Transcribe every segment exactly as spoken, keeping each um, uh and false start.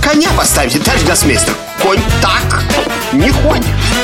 коня поставите, товарищ гроссмейстер. Конь так не ходит.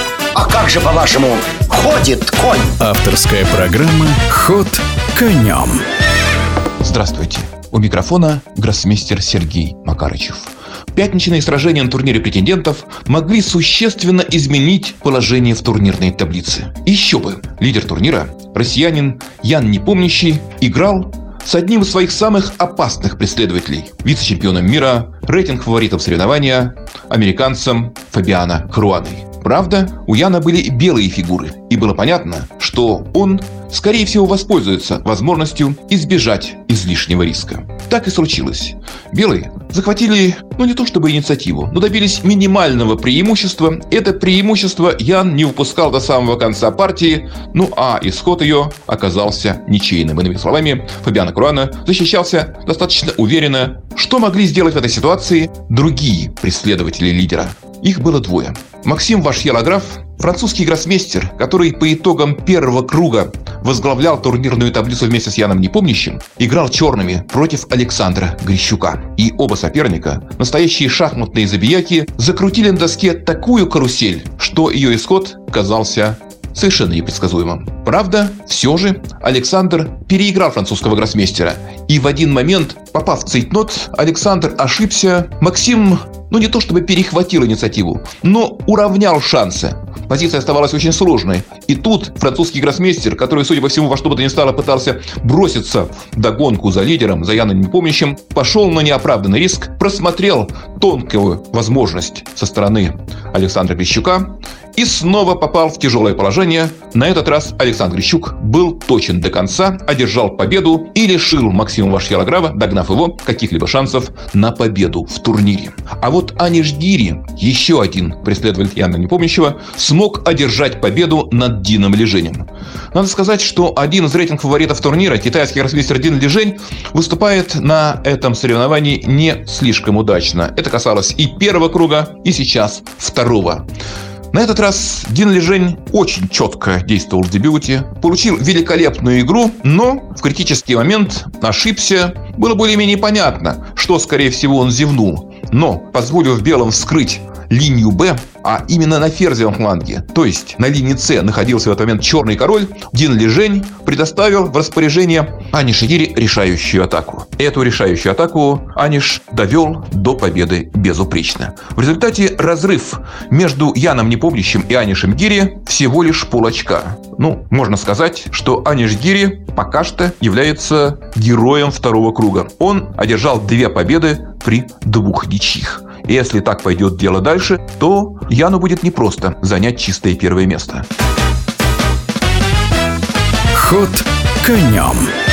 А как же, по-вашему, ходит конь? Авторская программа «Ход конем». Здравствуйте. У микрофона гроссмейстер Сергей Макарычев. Пятничные сражения на турнире претендентов могли существенно изменить положение в турнирной таблице. Еще бы, лидер турнира, россиянин Ян Непомнящий, играл с одним из своих самых опасных преследователей, вице-чемпионом мира, рейтинг фаворитов соревнования, американцем Фабиано Каруаной. Правда, у Яна были белые фигуры, и было понятно, что он, скорее всего, воспользуется возможностью избежать излишнего риска. Так и случилось. Белые захватили, ну не то чтобы инициативу, но добились минимального преимущества. Это преимущество Ян не упускал до самого конца партии, ну а исход ее оказался ничейным. Иными словами, Фабиано Каруана защищался достаточно уверенно. Что могли сделать в этой ситуации другие преследователи лидера? Их было двое. Максим Вашье-Лаграф, французский гроссмейстер, который по итогам первого круга возглавлял турнирную таблицу вместе с Яном Непомнящим, играл черными против Александра Грищука. И оба соперника, настоящие шахматные забияки, закрутили на доске такую карусель, что ее исход казался совершенно непредсказуемым. Правда, все же Александр переиграл французского гроссмейстера. И в один момент, попав в цейтнот, Александр ошибся. Максим, ну не то чтобы перехватил инициативу, но уравнял шансы. Позиция оставалась очень сложной. И тут французский гроссмейстер, который, судя по всему, во что бы то ни стало пытался броситься в догонку за лидером, за Яном Непомнящим, пошел на неоправданный риск, просмотрел тонкую возможность со стороны Александра Грищука и снова попал в тяжелое положение. На этот раз Александр Грищук был точен до конца, одержал победу и лишил Максима Вашье-Лаграфа, догнав его, каких-либо шансов на победу в турнире. А вот Аниш Гири, еще один преследователь Яна Непомнящего, смог одержать победу над Дином Леженем. Надо сказать, что один из рейтинг-фаворитов турнира, китайский гроссмейстер Дин Лежень, выступает на этом соревновании не слишком удачно. Это касалось и первого круга, и сейчас второго. На этот раз Дин Лежень очень четко действовал в дебюте, получил великолепную игру, но в критический момент ошибся. Было более-менее понятно, что, скорее всего, он зевнул, но, позволив белым вскрыть линию Б, а именно на ферзевом фланге, то есть на линии С находился в этот момент черный король, Дин Лежень предоставил в распоряжение Аниша Гири решающую атаку. Эту решающую атаку Аниш довел до победы безупречно. В результате разрыв между Яном Непомнящим и Анишем Гири всего лишь полочка. Ну, можно сказать, что Аниш Гири пока что является героем второго круга. Он одержал две победы при двух ничьих. И если так пойдет дело дальше, то Яну будет непросто занять чистое первое место. Ход конем.